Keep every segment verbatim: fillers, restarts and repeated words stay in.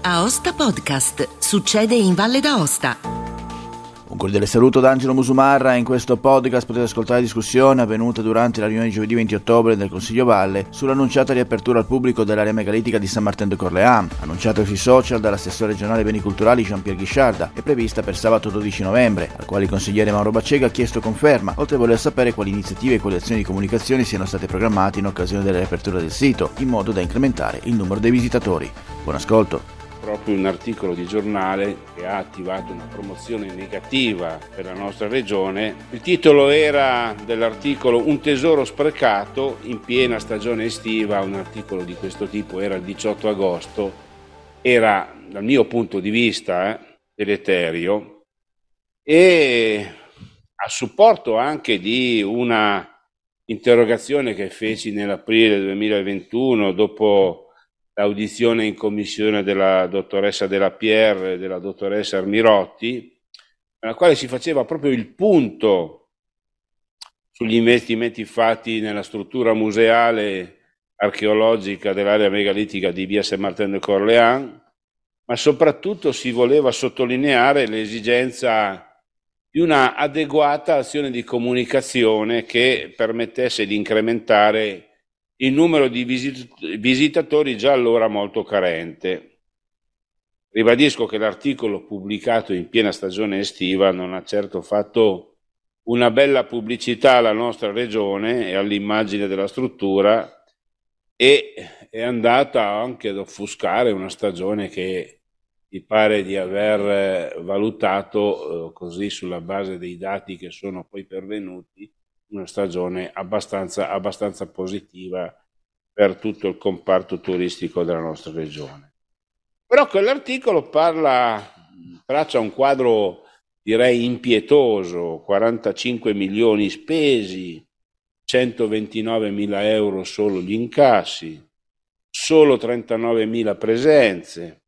Aosta Podcast. Succede in Valle d'Aosta. Un cordiale saluto da Angelo Musumarra. In questo podcast potete ascoltare la discussione avvenuta durante la riunione di giovedì venti ottobre del Consiglio Valle sull'annunciata riapertura al pubblico dell'area megalitica di San Martin de Corleans, annunciata sui social dall'assessore regionale beni culturali Jean-Pierre Guicharda e prevista per sabato dodici novembre, al quale il consigliere Mauro Baccega ha chiesto conferma, oltre a voler sapere quali iniziative e quali azioni di comunicazione siano state programmate in occasione della riapertura del sito, in modo da incrementare il numero dei visitatori. Buon ascolto. Proprio un articolo di giornale che ha attivato una promozione negativa per la nostra regione. Il titolo era dell'articolo "Un tesoro sprecato in piena stagione estiva". Un articolo di questo tipo era il diciotto agosto, era dal mio punto di vista eh, deleterio e a supporto anche di una interrogazione che feci nell'aprile duemilaventuno dopo l'audizione in commissione della dottoressa Della Pierre e della dottoressa Armirotti, nella quale si faceva proprio il punto sugli investimenti fatti nella struttura museale archeologica dell'area megalitica di via Saint Martin de Corleans, ma soprattutto si voleva sottolineare l'esigenza di una adeguata azione di comunicazione che permettesse di incrementare il numero di visit- visitatori già allora molto carente. Ribadisco che l'articolo pubblicato in piena stagione estiva non ha certo fatto una bella pubblicità alla nostra regione e all'immagine della struttura e è andata anche ad offuscare una stagione che mi pare di aver valutato eh, così sulla base dei dati che sono poi pervenuti, una stagione abbastanza, abbastanza positiva per tutto il comparto turistico della nostra regione. Però quell'articolo parla, traccia un quadro direi impietoso: quarantacinque milioni spesi, centoventinovemila euro solo gli incassi, solo trentanovemila presenze.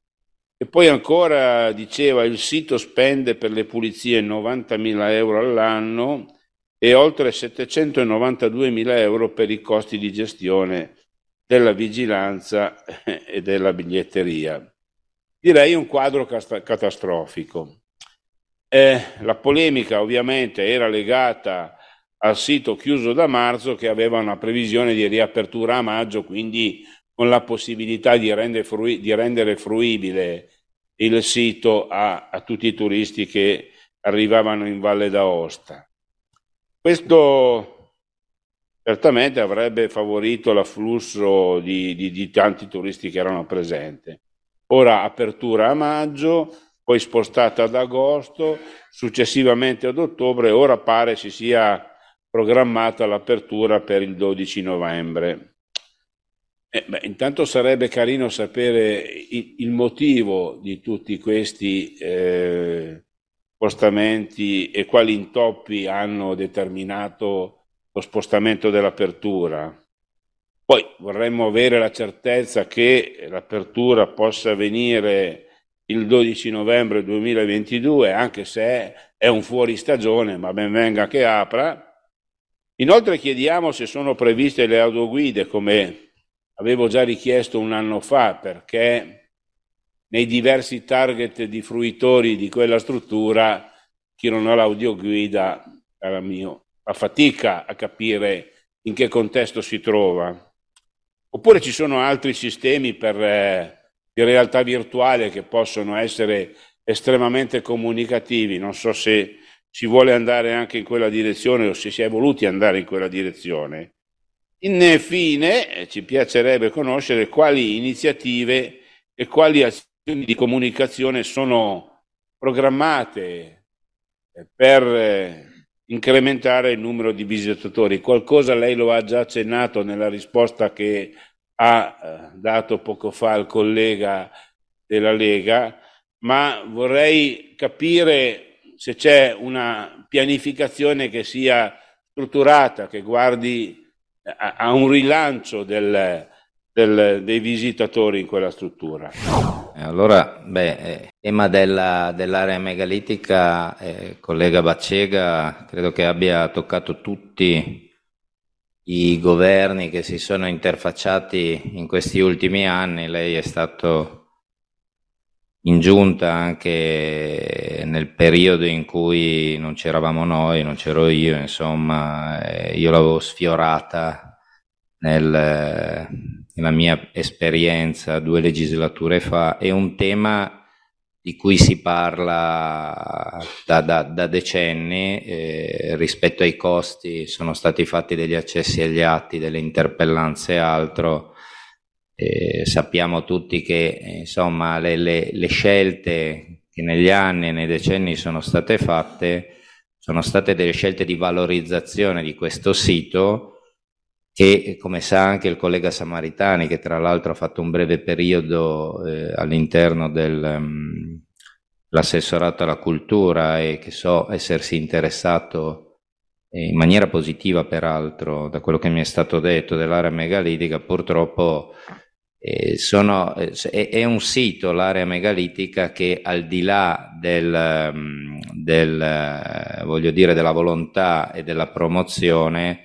E poi ancora diceva il sito spende per le pulizie novantamila euro all'anno e oltre settecentonovantaduemila euro per i costi di gestione della vigilanza e della biglietteria. Direi un quadro cast- catastrofico. Eh, la polemica ovviamente era legata al sito chiuso da marzo, che aveva una previsione di riapertura a maggio, quindi con la possibilità di rendere, frui- di rendere fruibile il sito a, a tutti i turisti che arrivavano in Valle d'Aosta. Questo certamente avrebbe favorito l'afflusso di, di, di tanti turisti che erano presenti. Ora apertura a maggio, poi spostata ad agosto, successivamente ad ottobre, ora pare si sia programmata l'apertura per il dodici novembre. Eh, beh, intanto sarebbe carino sapere il, il motivo di tutti questi eh, spostamenti e quali intoppi hanno determinato lo spostamento dell'apertura. Poi vorremmo avere la certezza che l'apertura possa avvenire il dodici novembre duemilaventidue, anche se è un fuoristagione, ma ben venga che apra. Inoltre chiediamo se sono previste le audioguide, come avevo già richiesto un anno fa, perché nei diversi target di fruitori di quella struttura chi non ha l'audioguida cara mio, fa fatica a capire in che contesto si trova. Oppure ci sono altri sistemi per, eh, di realtà virtuale che possono essere estremamente comunicativi. Non so se si vuole andare anche in quella direzione o se si è voluti andare in quella direzione. Infine ci piacerebbe conoscere quali iniziative e quali azioni di comunicazione sono programmate per incrementare il numero di visitatori. Qualcosa lei lo ha già accennato nella risposta che ha dato poco fa al collega della Lega, ma vorrei capire se c'è una pianificazione che sia strutturata, che guardi a, a un rilancio del, del, dei visitatori in quella struttura. Allora, beh, eh, tema della, dell'area megalitica, eh, collega Baccega, credo che abbia toccato tutti i governi che si sono interfacciati in questi ultimi anni. Lei è stato in giunta, anche nel periodo in cui non c'eravamo noi, non c'ero io, insomma, eh, io l'avevo sfiorata nel, nella mia esperienza due legislature fa. È un tema di cui si parla da, da, da decenni, eh, rispetto ai costi sono stati fatti degli accessi agli atti, delle interpellanze e altro. Eh, sappiamo tutti che insomma le, le, le scelte che negli anni e nei decenni sono state fatte sono state delle scelte di valorizzazione di questo sito, che, come sa anche il collega Samaritani, che tra l'altro ha fatto un breve periodo eh, all'interno dell'assessorato um, alla cultura, e che so essersi interessato eh, in maniera positiva, peraltro, da quello che mi è stato detto, dell'area megalitica. Purtroppo eh, sono, eh, è, è un sito, l'area megalitica, che al di là del, um, del eh, voglio dire, della volontà e della promozione,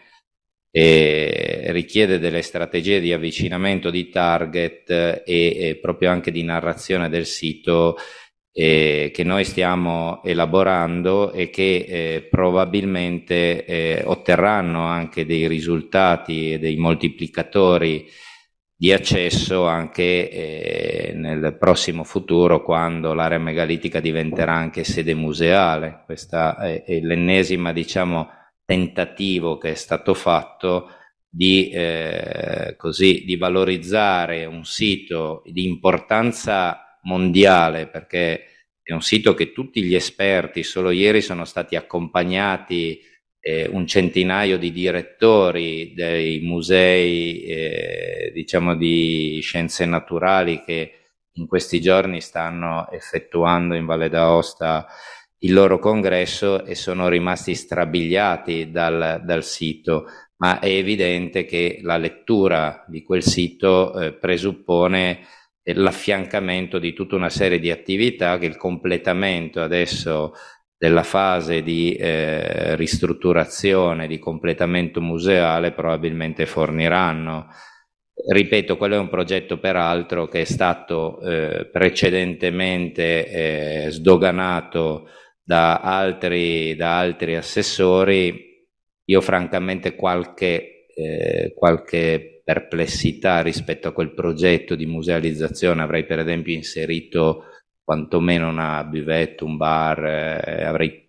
e richiede delle strategie di avvicinamento, di target e, e proprio anche di narrazione del sito eh, che noi stiamo elaborando, e che eh, probabilmente eh, otterranno anche dei risultati e dei moltiplicatori di accesso anche eh, nel prossimo futuro, quando l'area megalitica diventerà anche sede museale. Questa è, è l'ennesima, diciamo, tentativo che è stato fatto di, eh, così, di valorizzare un sito di importanza mondiale, perché è un sito che tutti gli esperti, solo ieri sono stati accompagnati eh, un centinaio di direttori dei musei eh, diciamo di scienze naturali, che in questi giorni stanno effettuando in Valle d'Aosta il loro congresso, e sono rimasti strabiliati dal, dal sito, ma è evidente che la lettura di quel sito eh, presuppone eh, l'affiancamento di tutta una serie di attività che il completamento adesso della fase di eh, ristrutturazione, di completamento museale probabilmente forniranno. Ripeto, quello è un progetto peraltro che è stato eh, precedentemente eh, sdoganato da altri, da altri assessori. Io francamente qualche, eh, qualche perplessità rispetto a quel progetto di musealizzazione. Avrei per esempio inserito quantomeno una buvette, un bar, eh, avrei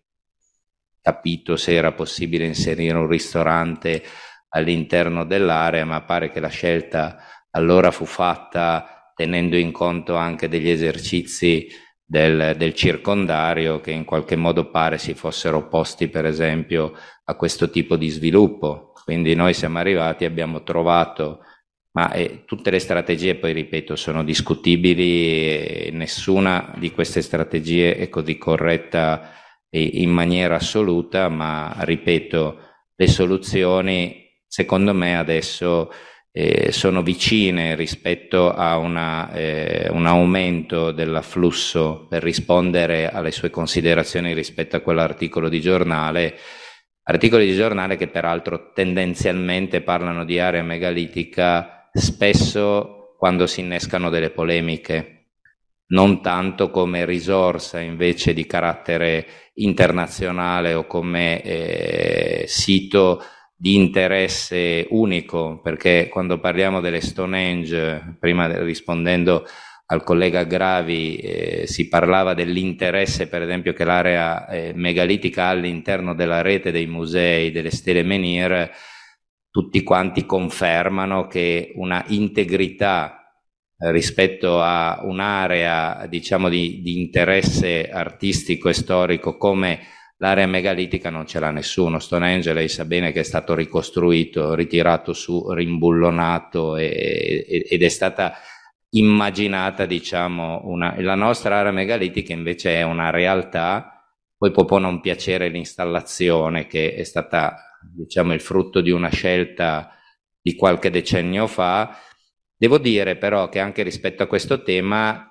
capito se era possibile inserire un ristorante all'interno dell'area, ma pare che la scelta allora fu fatta tenendo in conto anche degli esercizi del, del circondario, che in qualche modo pare si fossero opposti per esempio a questo tipo di sviluppo. Quindi noi siamo arrivati, abbiamo trovato, ma eh, tutte le strategie, poi ripeto, sono discutibili, e nessuna di queste strategie è così corretta in maniera assoluta, ma ripeto, le soluzioni secondo me adesso eh, sono vicine rispetto a una, eh, un aumento dell'afflusso, per rispondere alle sue considerazioni rispetto a quell'articolo di giornale, articoli di giornale che peraltro tendenzialmente parlano di area megalitica spesso quando si innescano delle polemiche, non tanto come risorsa invece di carattere internazionale o come eh, sito di interesse unico, perché quando parliamo delle Stonehenge, prima rispondendo al collega Gravi, eh, si parlava dell'interesse per esempio che l'area eh, megalitica ha all'interno della rete dei musei delle stele menhir. Tutti quanti confermano che una integrità eh, rispetto a un'area diciamo di, di interesse artistico e storico come l'area megalitica non ce l'ha nessuno. Stonehenge, lei sa bene che è stato ricostruito, ritirato su, rimbullonato e, e, ed è stata immaginata, diciamo, una, la nostra area megalitica invece è una realtà. Poi può non piacere l'installazione, che è stata, diciamo, il frutto di una scelta di qualche decennio fa. Devo dire però che anche rispetto a questo tema,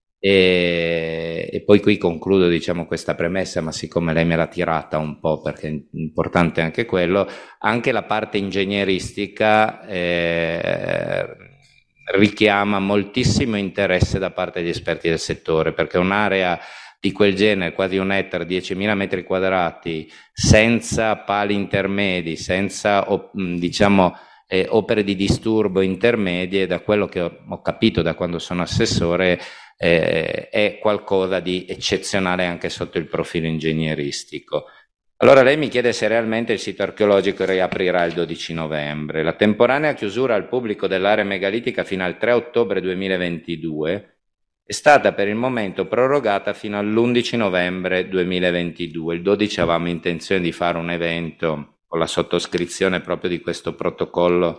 e, e poi qui concludo, diciamo, questa premessa, ma siccome lei me l'ha tirata un po' perché è importante anche quello, anche la parte ingegneristica eh, richiama moltissimo interesse da parte degli esperti del settore, perché un'area di quel genere, quasi un ettaro, diecimila metri quadrati, senza pali intermedi, senza diciamo eh, opere di disturbo intermedie, da quello che ho, ho capito da quando sono assessore, eh, è qualcosa di eccezionale anche sotto il profilo ingegneristico. Allora lei mi chiede se realmente il sito archeologico riaprirà il dodici novembre. La temporanea chiusura al pubblico dell'area megalitica fino al tre ottobre duemilaventidue è stata per il momento prorogata fino all'undici novembre duemilaventidue. Il dodici avevamo intenzione di fare un evento con la sottoscrizione proprio di questo protocollo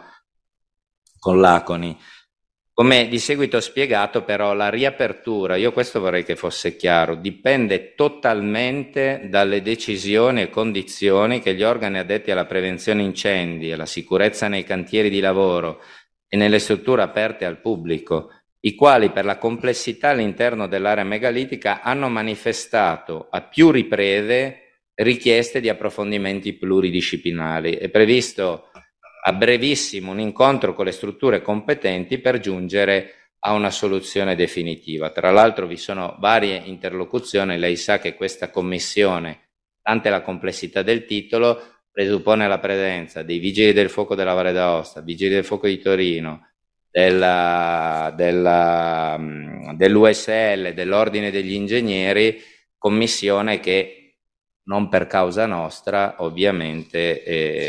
con l'Aconi. Come di seguito spiegato, però, la riapertura, io questo vorrei che fosse chiaro, dipende totalmente dalle decisioni e condizioni che gli organi addetti alla prevenzione incendi e alla sicurezza nei cantieri di lavoro e nelle strutture aperte al pubblico, i quali per la complessità all'interno dell'area megalitica hanno manifestato a più riprese richieste di approfondimenti pluridisciplinari. È previsto a brevissimo un incontro con le strutture competenti per giungere a una soluzione definitiva. Tra l'altro vi sono varie interlocuzioni, lei sa che questa commissione, tante la complessità del titolo, presuppone la presenza dei Vigili del Fuoco della Valle d'Aosta, Vigili del Fuoco di Torino, della, della, dell'U S L, dell'Ordine degli Ingegneri, commissione che non per causa nostra, ovviamente,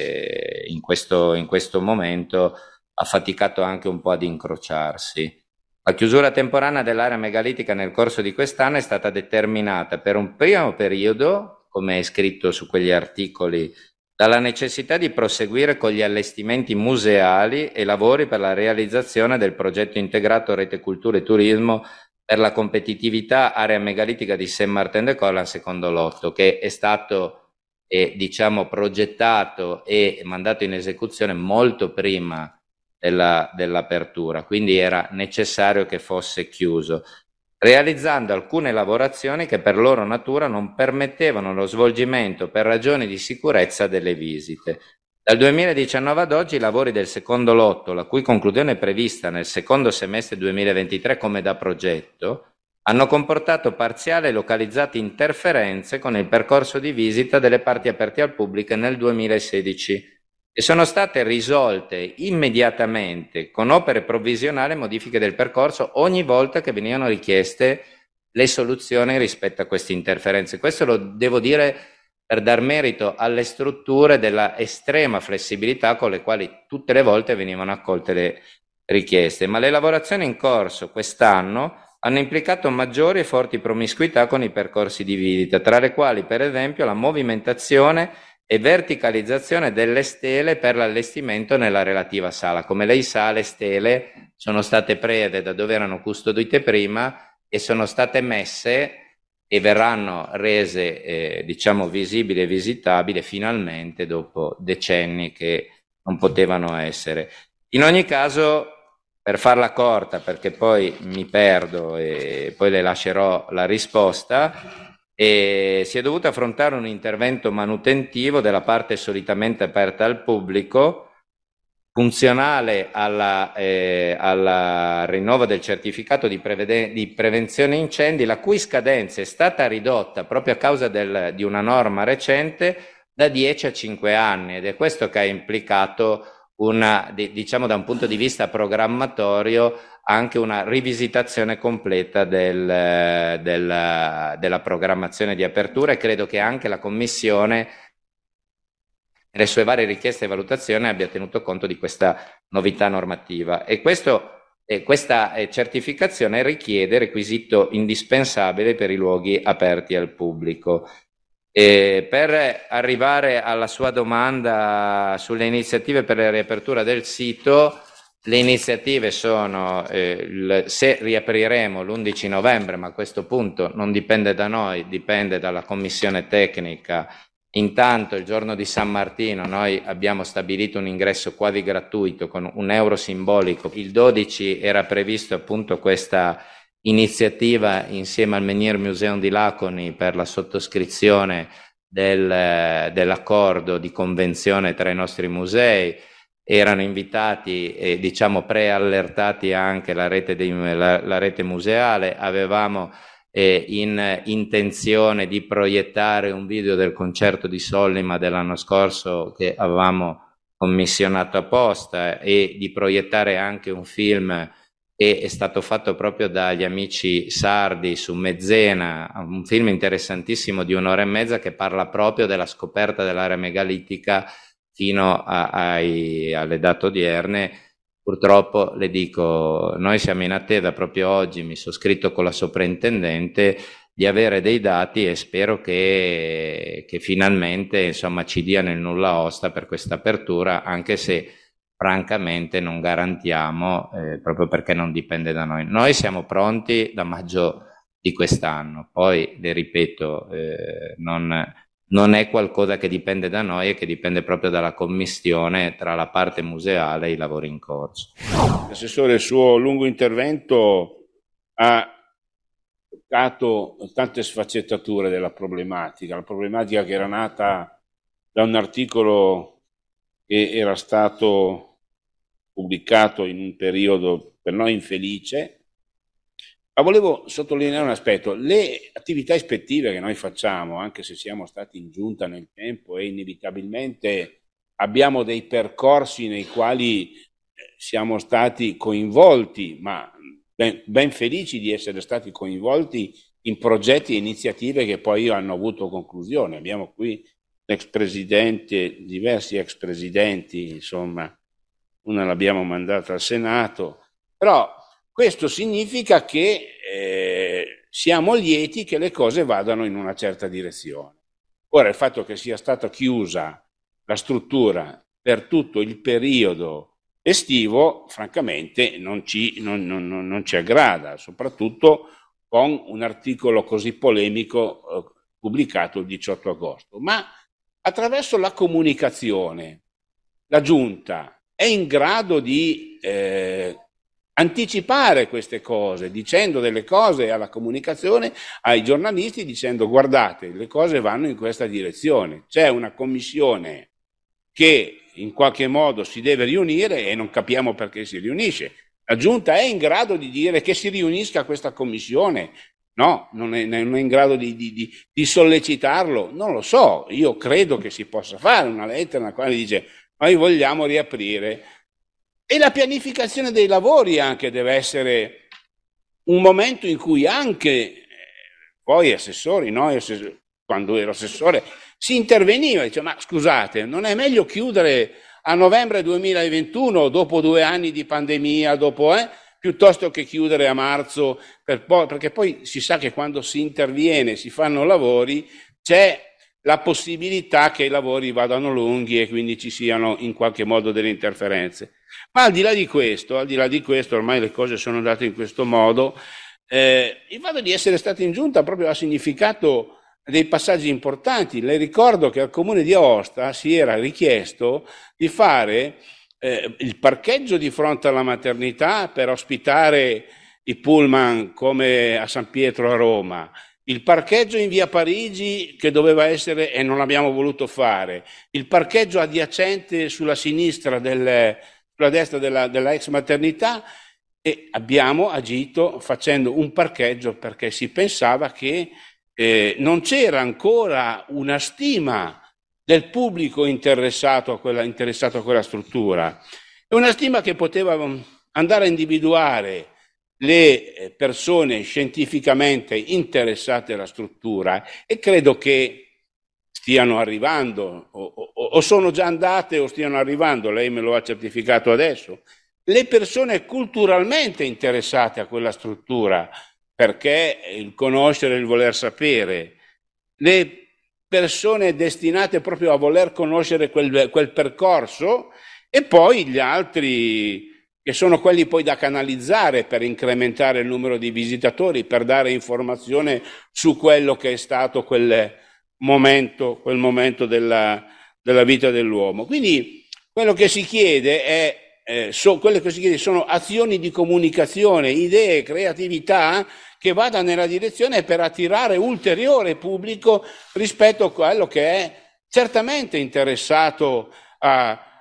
eh, in, questo, in questo momento ha faticato anche un po' ad incrociarsi. La chiusura temporanea dell'area megalitica nel corso di quest'anno è stata determinata per un primo periodo, come è scritto su quegli articoli, dalla necessità di proseguire con gli allestimenti museali e lavori per la realizzazione del progetto integrato Rete Cultura e Turismo per la competitività area megalitica di Saint-Martin-de-Corlans secondo lotto, che è stato eh, diciamo progettato e mandato in esecuzione molto prima della, dell'apertura, quindi era necessario che fosse chiuso, realizzando alcune lavorazioni che per loro natura non permettevano lo svolgimento per ragioni di sicurezza delle visite. Dal duemiladiciannove ad oggi i lavori del secondo lotto, la cui conclusione è prevista nel secondo semestre duemilaventitré come da progetto, hanno comportato parziali e localizzate interferenze con il percorso di visita delle parti aperte al pubblico nel duemilasedici e sono state risolte immediatamente con opere provvisionali e modifiche del percorso ogni volta che venivano richieste le soluzioni rispetto a queste interferenze. Questo lo devo dire per dar merito alle strutture della estrema flessibilità con le quali tutte le volte venivano accolte le richieste, ma le lavorazioni in corso quest'anno hanno implicato maggiori e forti promiscuità con i percorsi di visita, tra le quali per esempio la movimentazione e verticalizzazione delle stele per l'allestimento nella relativa sala. Come lei sa, le stele sono state prese da dove erano custodite prima e sono state messe e verranno rese eh, diciamo visibili e visitabili finalmente dopo decenni che non potevano essere. In ogni caso, per farla corta, perché poi mi perdo e poi le lascerò la risposta, e si è dovuto affrontare un intervento manutentivo della parte solitamente aperta al pubblico, funzionale alla, eh, alla rinnovo del certificato di, prevede- di prevenzione incendi, la cui scadenza è stata ridotta proprio a causa del, di una norma recente da dieci a cinque anni, ed è questo che ha implicato una, di, diciamo da un punto di vista programmatorio, anche una rivisitazione completa del, del, della programmazione di apertura, e credo che anche la Commissione nelle sue varie richieste e valutazioni abbia tenuto conto di questa novità normativa. E questo, eh, questa eh, certificazione richiede requisito indispensabile per i luoghi aperti al pubblico. E per arrivare alla sua domanda sulle iniziative per la riapertura del sito, le iniziative sono eh, il, se riapriremo l'undici novembre, ma a questo punto non dipende da noi, dipende dalla commissione tecnica. Intanto il giorno di San Martino noi abbiamo stabilito un ingresso quasi gratuito con un euro simbolico. Il dodici era previsto appunto questa iniziativa insieme al Menhir Museum di Laconi per la sottoscrizione del, dell'accordo di convenzione tra i nostri musei. erano invitati e diciamo preallertati anche la rete, dei, la, la rete museale, avevamo eh, in intenzione di proiettare un video del concerto di Sollima dell'anno scorso che avevamo commissionato apposta e di proiettare anche un film che è stato fatto proprio dagli amici sardi su Mezzena, un film interessantissimo di un'ora e mezza che parla proprio della scoperta dell'area megalitica fino a, ai, alle date odierne. Purtroppo le dico, noi siamo in attesa proprio oggi, mi sono scritto con la soprintendente, di avere dei dati e spero che, che finalmente insomma ci diano il nulla osta per questa apertura, anche se francamente non garantiamo, eh, proprio perché non dipende da noi. Noi siamo pronti da maggio di quest'anno, poi le ripeto, eh, non... non è qualcosa che dipende da noi e che dipende proprio dalla commistione tra la parte museale e i lavori in corso. Assessore, il suo lungo intervento ha toccato tante sfaccettature della problematica, la problematica che era nata da un articolo che era stato pubblicato in un periodo per noi infelice. Ma volevo sottolineare un aspetto: le attività ispettive che noi facciamo, anche se siamo stati in giunta nel tempo e inevitabilmente abbiamo dei percorsi nei quali siamo stati coinvolti, ma ben, ben felici di essere stati coinvolti in progetti e iniziative che poi hanno avuto conclusione. Abbiamo qui l'ex presidente, diversi ex presidenti, insomma, una l'abbiamo mandata al Senato, però questo significa che eh, siamo lieti che le cose vadano in una certa direzione. Ora, il fatto che sia stata chiusa la struttura per tutto il periodo estivo, francamente, non ci, non, non, non ci aggrada, soprattutto con un articolo così polemico eh, pubblicato il diciotto agosto. Ma attraverso la comunicazione, la Giunta è in grado di eh, anticipare queste cose, dicendo delle cose alla comunicazione, ai giornalisti, dicendo: guardate, le cose vanno in questa direzione. C'è una commissione che in qualche modo si deve riunire e non capiamo perché si riunisce. La Giunta è in grado di dire che si riunisca questa commissione? No, non è, non è in grado di, di, di, di sollecitarlo? Non lo so, io credo che si possa fare una lettera nella quale dice: noi vogliamo riaprire. E la pianificazione dei lavori anche deve essere un momento in cui anche eh, voi assessori, noi assessori, quando ero assessore, si interveniva, dice: ma scusate, non è meglio chiudere a novembre duemilaventuno, dopo due anni di pandemia, dopo, eh, piuttosto che chiudere a marzo, per poi, perché poi si sa che quando si interviene, si fanno lavori, c'è la possibilità che i lavori vadano lunghi e quindi ci siano in qualche modo delle interferenze. Ma al di là di questo, al di là di questo, ormai le cose sono andate in questo modo, eh, il fatto di essere stati in giunta proprio ha significato dei passaggi importanti. Le ricordo che al Comune di Aosta si era richiesto di fare eh, il parcheggio di fronte alla maternità per ospitare i pullman come a San Pietro a Roma, il parcheggio in via Parigi che doveva essere e non l'abbiamo voluto fare, il parcheggio adiacente sulla sinistra, del, sulla destra della, della ex maternità, e abbiamo agito facendo un parcheggio perché si pensava che eh, non c'era ancora una stima del pubblico interessato a quella, interessato a quella struttura, e una stima che poteva andare a individuare le persone scientificamente interessate alla struttura, e credo che stiano arrivando o, o, o sono già andate o stiano arrivando, lei me lo ha certificato adesso, le persone culturalmente interessate a quella struttura, perché il conoscere e il voler sapere, le persone destinate proprio a voler conoscere quel, quel percorso, e poi gli altri che sono quelli poi da canalizzare per incrementare il numero di visitatori, per dare informazione su quello che è stato quel momento, quel momento della, della vita dell'uomo. Quindi quello che si chiede è, eh, so, quello che si chiede sono azioni di comunicazione, idee, creatività che vada nella direzione per attirare ulteriore pubblico rispetto a quello che è certamente interessato a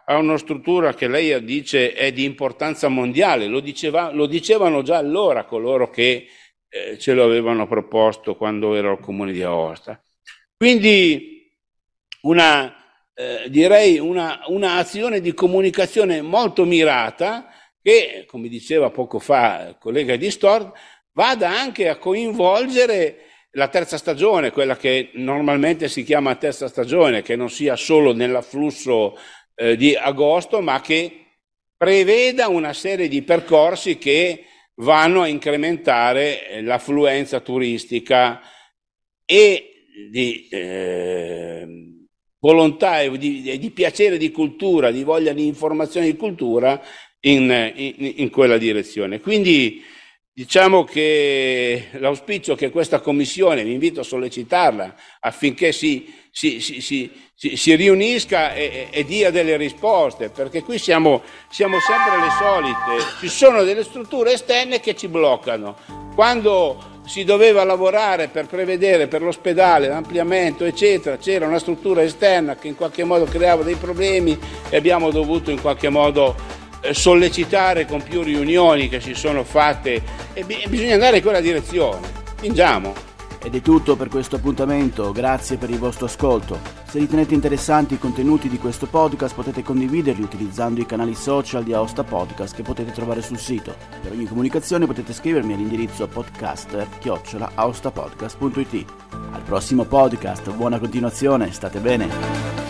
a una struttura che lei dice è di importanza mondiale, lo, diceva, lo dicevano già allora coloro che eh, ce lo avevano proposto quando ero al Comune di Aosta. Quindi una, eh, direi una, una azione di comunicazione molto mirata che, come diceva poco fa il collega di Stord, vada anche a coinvolgere la terza stagione, quella che normalmente si chiama terza stagione, che non sia solo nell'afflusso eh, di agosto, ma che preveda una serie di percorsi che vanno a incrementare l'affluenza turistica e di eh, volontà e di, di piacere di cultura, di voglia di informazione di cultura in, in, in quella direzione. Quindi diciamo che l'auspicio che questa commissione, vi invito a sollecitarla affinché si, si, si, si, si, si riunisca e, e dia delle risposte, perché qui siamo, siamo sempre le solite, ci sono delle strutture esterne che ci bloccano. Quando si doveva lavorare per prevedere per l'ospedale l'ampliamento eccetera, c'era una struttura esterna che in qualche modo creava dei problemi e abbiamo dovuto in qualche modo sollecitare con più riunioni che si sono fatte e bisogna andare in quella direzione. Spingiamo. Ed è tutto per questo appuntamento, grazie per il vostro ascolto. Se ritenete interessanti i contenuti di questo podcast potete condividerli utilizzando i canali social di Aosta Podcast che potete trovare sul sito. Per ogni comunicazione potete scrivermi all'indirizzo podcaster chiocciola aostapodcast punto it. Al prossimo podcast, buona continuazione, state bene!